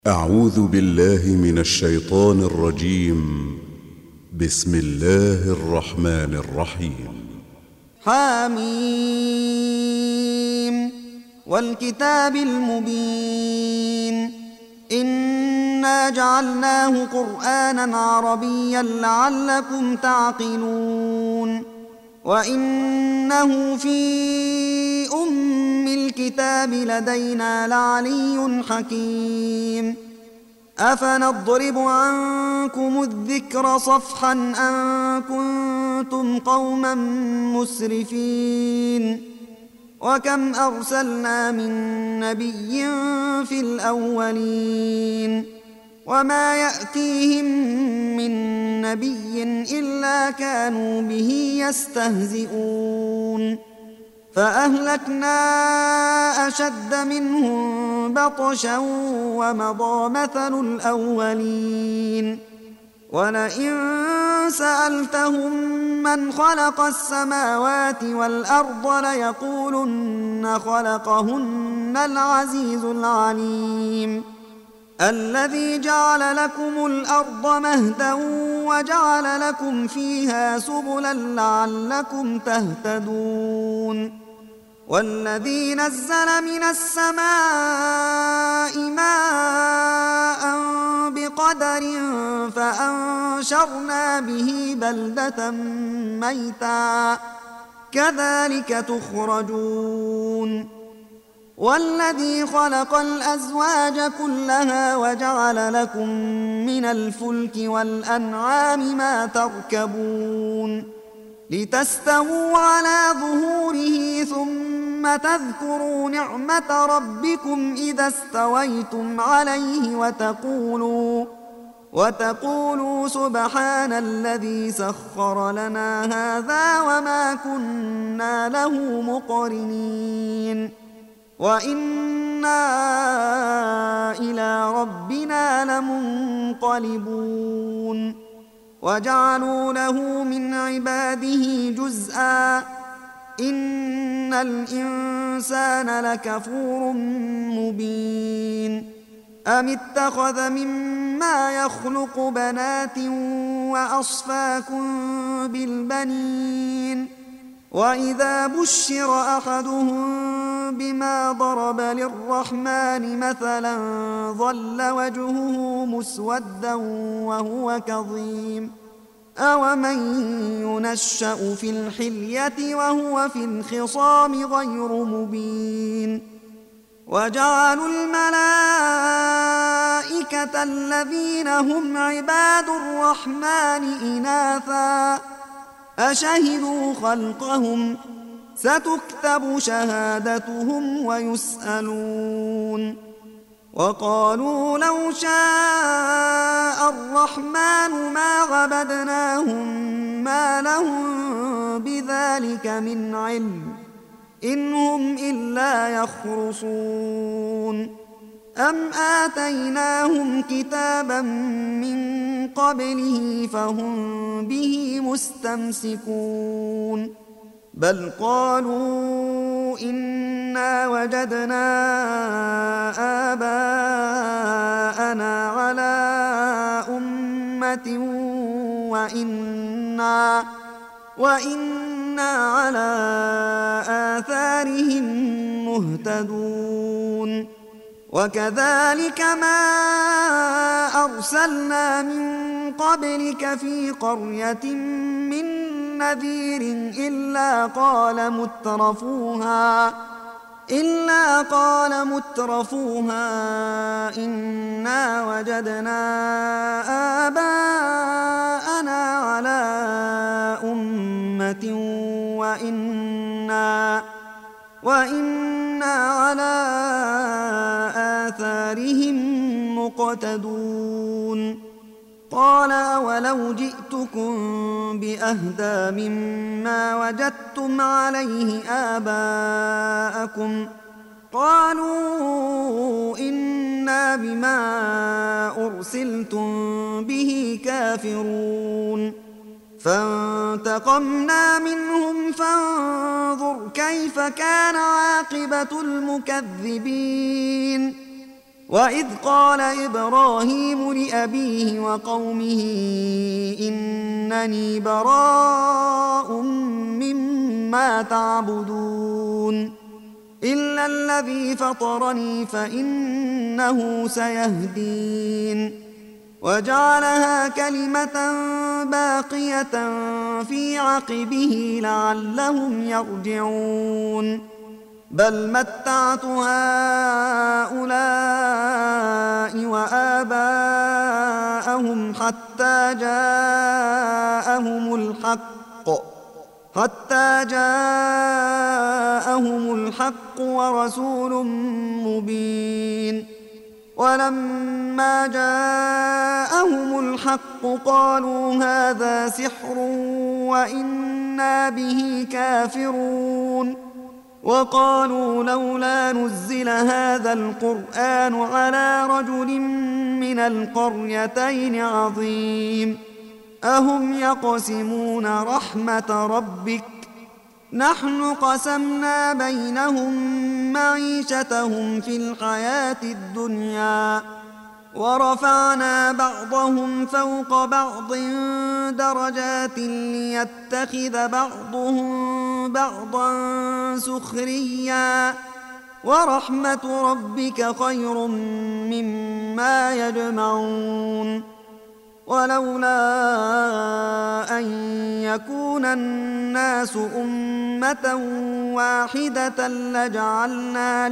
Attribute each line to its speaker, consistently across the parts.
Speaker 1: أعوذ بالله من الشيطان الرجيم. بسم الله الرحمن الرحيم.
Speaker 2: حميم والكتاب المبين إنا جعلناه قرآنا عربيا لعلكم تعقلون وإنه في أم الكتاب لدينا لعلي حكيم أفنضرب عنكم الذكر صفحا أن كنتم قوما مسرفين وكم أرسلنا من نبي في الأولين وما يأتيهم من نبي إلا كانوا به يستهزئون فأهلكنا أشد منهم بطشا ومضى مثل الأولين ولئن سألتهم من خلق السماوات والأرض ليقولن خلقهن العزيز العليم الذي جعل لكم الأرض مهدا وجعل لكم فيها سبلا لعلكم تهتدون والذي نزل من السماء ماء بقدر فأنشرنا به بلدة ميتا كذلك تخرجون والذي خلق الأزواج كلها وجعل لكم من الفلك والأنعام ما تركبون لتستووا على ظهوره ثم تذكروا نعمة ربكم إذا استويتم عليه وتقولوا سبحان الذي سخر لنا هذا وما كنا له مقرنين وإنا إلى ربنا لمنقلبون وجعلوا له من عباده جزءا إن الإنسان لكفور مبين أم اتخذ مما يخلق بنات وأصفاكم بالبنين وإذا بشر أحدهم بما ضرب للرحمن مثلا ظل وجهه مسودا وهو كظيم أومن ينشأ في الحلية وهو في الخصام غير مبين وجعلوا الملائكة الذين هم عباد الرحمن إناثا أشهدوا خلقهم ستكتب شهادتهم ويسألون وقالوا لو شاء الرحمن ما عبدناهم ما لهم بذلك من علم إن هم إلا يخرصون أم آتيناهم كتابا من قبله فهم به مستمسكون بل قالوا إنا وجدنا آباءنا على أمة وإنا على آثارهم مهتدون وكذلك ما أرسلنا من قبلك في قرية من نذير إلا قال مترفوها إنا وجدنا آباءنا على أمة وإنا على آثارهم مقتدون قال أولو جئتكم بأهدى مما وجدتم عليه آباءكم قالوا إنا بما أرسلتم به كافرون فانتقمنا منهم فانظر كيف كان عاقبة المكذبين وإذ قال إبراهيم لأبيه وقومه إنني براء مما تعبدون إلا الذي فطرني فإنه سيهدين وجعلها كلمة باقية في عقبه لعلهم يرجعون بل متعت هؤلاء وآباءهم حتى جاءهم الحق ورسول مبين ولما جاءهم الحق قالوا هذا سحر وإنا به كافرون وقالوا لولا نزل هذا القرآن على رجل من القريتين عظيم أهم يقسمون رحمة ربك نحن قسمنا بينهم معيشتهم في الحياة الدنيا ورفعنا بعضهم فوق بعض درجات ليتخذ بعضهم بعضا سخريا ورحمة ربك خير مما يجمعون ولولا أن يكون الناس أمة واحدة لجعلنا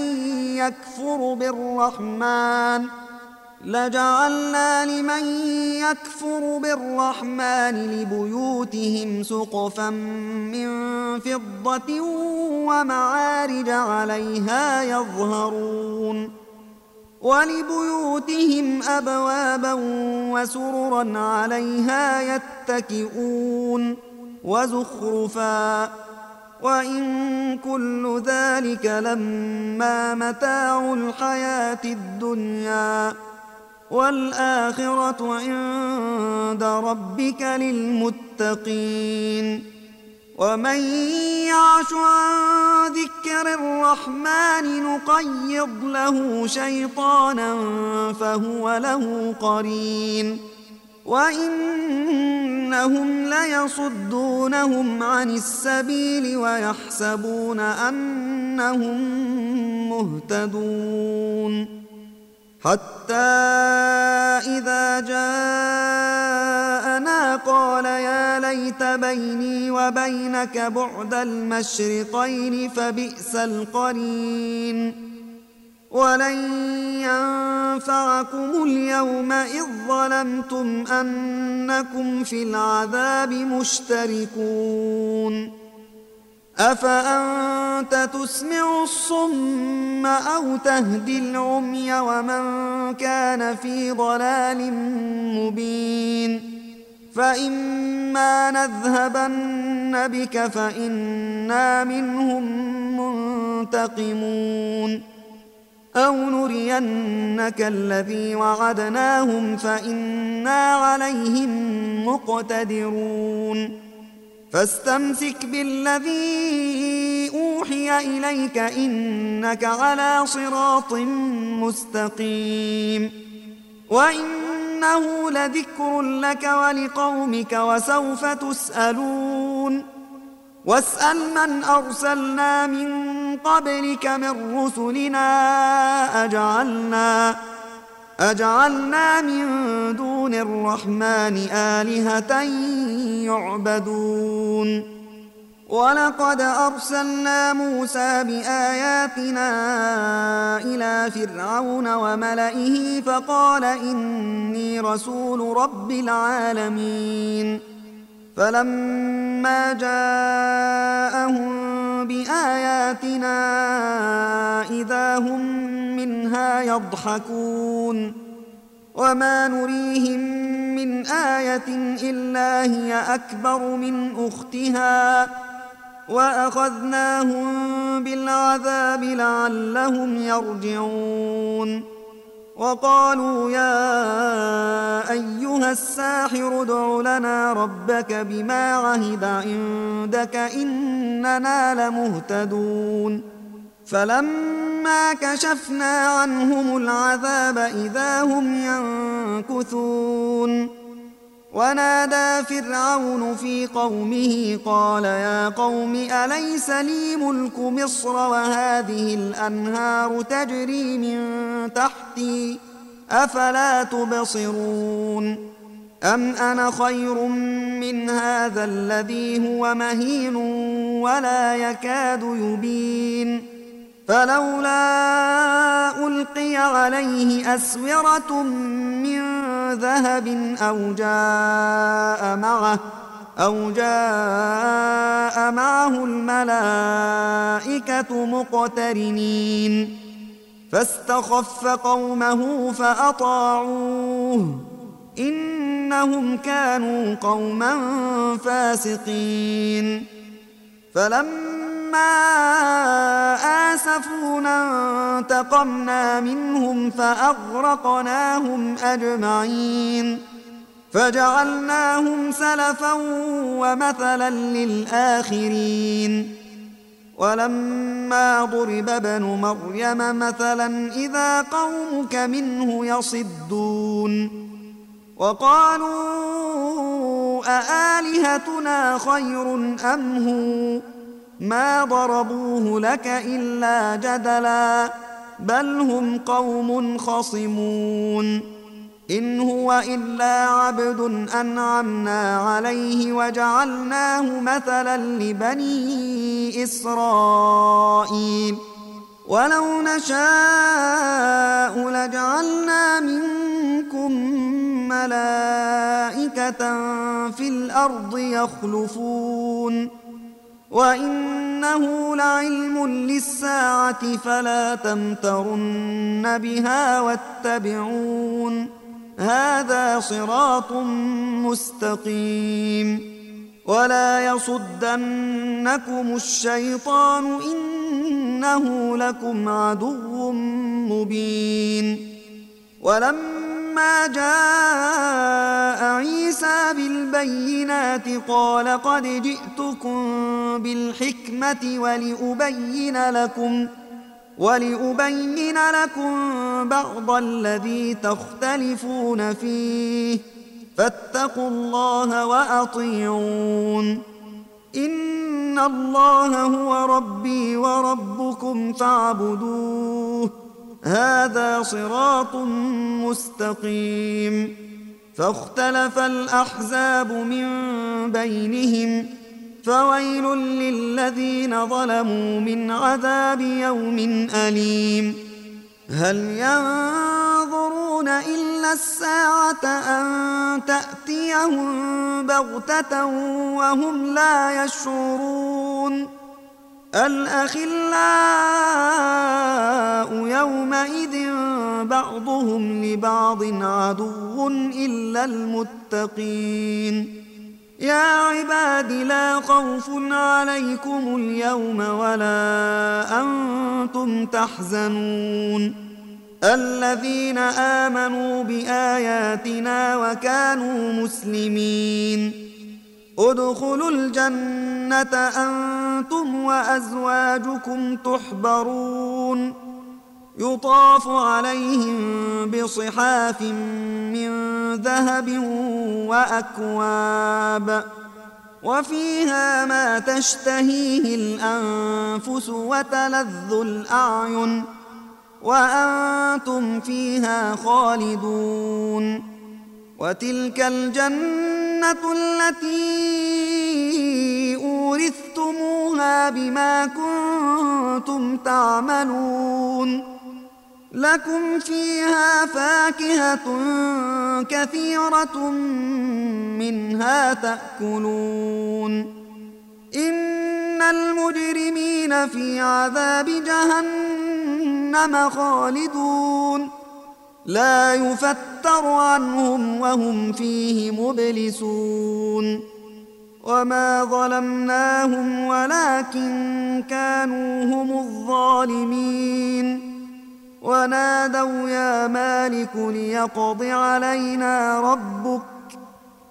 Speaker 2: لمن يكفر بالرحمن لبيوتهم سقفا من فضة ومعارج عليها يظهرون ولبيوتهم أبوابا وسررا عليها يتكئون وزخرفا وإن كل ذلك لما متاع الحياة الدنيا والآخرة عند ربك للمتقين ومن يعش عن ذكر الرحمن نقيض له شيطانا فهو له قرين وإنهم ليصدونهم عن السبيل ويحسبون أنهم مهتدون حتى إذا جاءنا قال يا ليت بيني وبينك بعد المشرقين فبئس القرين ولن ينفعكم اليوم إذ ظلمتم أنكم في العذاب مشتركون أفأنت تسمع الصم أو تهدي العمي ومن كان في ضلال مبين فإما نذهبن بك فإنا منهم منتقمون أو نرينك الذي وعدناهم فإنا عليهم مقتدرون فاستمسك بالذي أوحي إليك إنك على صراط مستقيم وإنه لذكر لك ولقومك وسوف تسألون واسأل من أرسلنا من قبلك من رسلنا أجعلنا من دون الرحمن آلهة يعبدون ولقد أرسلنا موسى بآياتنا إلى فرعون وملئه فقال إني رسول رب العالمين فلما جاءهم بآياتنا إذا هم منها يضحكون وما نريهم من آية إلا هي أكبر من أختها وأخذناهم بالعذاب لعلهم يرجعون وقالوا يا أيها الساحر ادع لنا ربك بما عهد عندك إننا لمهتدون فلما كشفنا عنهم العذاب إذا هم ينكثون ونادى فرعون في قومه قال يا قوم أليس لي ملك مصر وهذه الأنهار تجري من تحتي أفلا تبصرون أم أنا خير من هذا الذي هو مهين ولا يكاد يبين فلولا ألقي عليه أسورة من ذهب أو جاء معه الملائكة مقترنين فاستخف قومه فأطاعوه إنهم كانوا قوما فاسقين فلما آسفونا انتقمنا منهم فأغرقناهم أجمعين فجعلناهم سلفا ومثلا للآخرين ولما ضرب ابن مريم مثلا إذا قومك منه يصدون وقالوا أآلهتنا خير أم هو ما ضربوه لك إلا جدلا بل هم قوم خصمون إن هو إلا عبد أنعمنا عليه وجعلناه مثلا لبني إسرائيل ولو نشاء لجعلنا منكم ملائكة في الأرض يخلفون وإنه لعلم للساعة فلا تمترن بها واتبعون هذا صراط مستقيم ولا يصدنكم الشيطان إنه لكم عدو مبين ولما جاء عيسى بالبينات قال قد جئتكم بالحكمة ولأبين لكم بعض الذي تختلفون فيه فاتقوا الله وأطيعون إن الله هو ربي وربكم فاعبدوه هذا صراط مستقيم فاختلف الأحزاب من بينهم فويل للذين ظلموا من عذاب يوم أليم هل ينظرون إلا الساعة أن تأتيهم بغتة وهم لا يشعرون الأخلاء يومئذ بعضهم لبعض عدو إلا المتقين يا عباد لا خوف عليكم اليوم ولا أنتم تحزنون الذين آمنوا بآياتنا وكانوا مسلمين ادخلوا الجنة أنتم وأزواجكم تحبرون يطاف عليهم بصحاف من ذهب وأكواب وفيها ما تشتهيه الأنفس وتلذ الأعين وأنتم فيها خالدون وتلك الجنة التي أورثتموها بما كنتم تعملون لكم فيها فاكهة كثيرة منها تأكلون إن المجرمين في عذاب جهنم خالدون لا يفتر عنهم وهم فيه مبلسون وما ظلمناهم ولكن كانوا هم الظالمين ونادوا يا مالك ليقض علينا ربك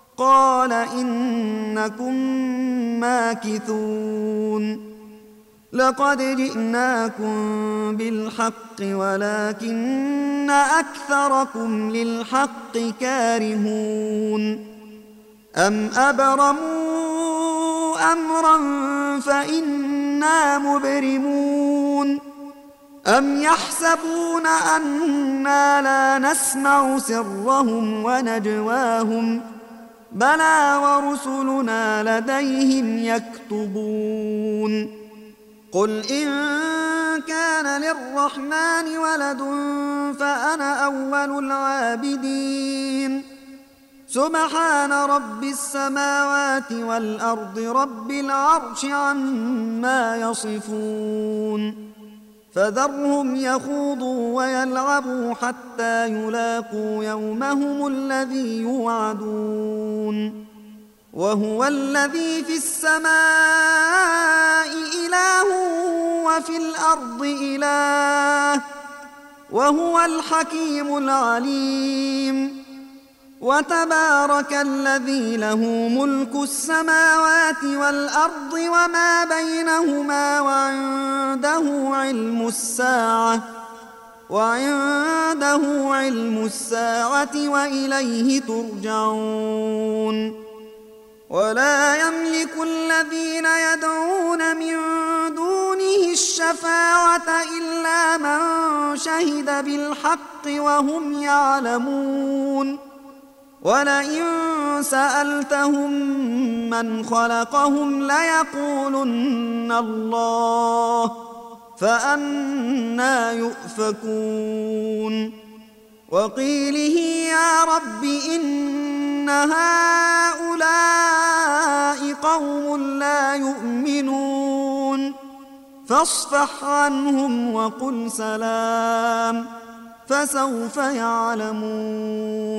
Speaker 2: قال إنكم ماكثون لقد جئناكم بالحق ولكن أكثركم للحق كارهون أم أبرموا أمرا فإنا مبرمون أم يحسبون أنا لا نسمع سرهم ونجواهم بلى ورسلنا لديهم يكتبون قل إن كان للرحمن ولد فأنا أول العابدين سبحان رب السماوات والأرض رب العرش عما يصفون فذرهم يخوضوا ويلعبوا حتى يلاقوا يومهم الذي يوعدون وهو الذي في السماء إله وفي الأرض إله وهو الحكيم العليم وتبارك الذي له ملك السماوات والأرض وما بينهما وعنده علم الساعة وإليه ترجعون ولا يملك الذين يدعون من دونه الشفاعة إلا من شهد بالحق وهم يعلمون ولئن سألتهم من خلقهم ليقولن الله فأنى يؤفكون وقيله يا رب إن هؤلاء قوم لا يؤمنون فاصفح عنهم وقل سلام فسوف يعلمون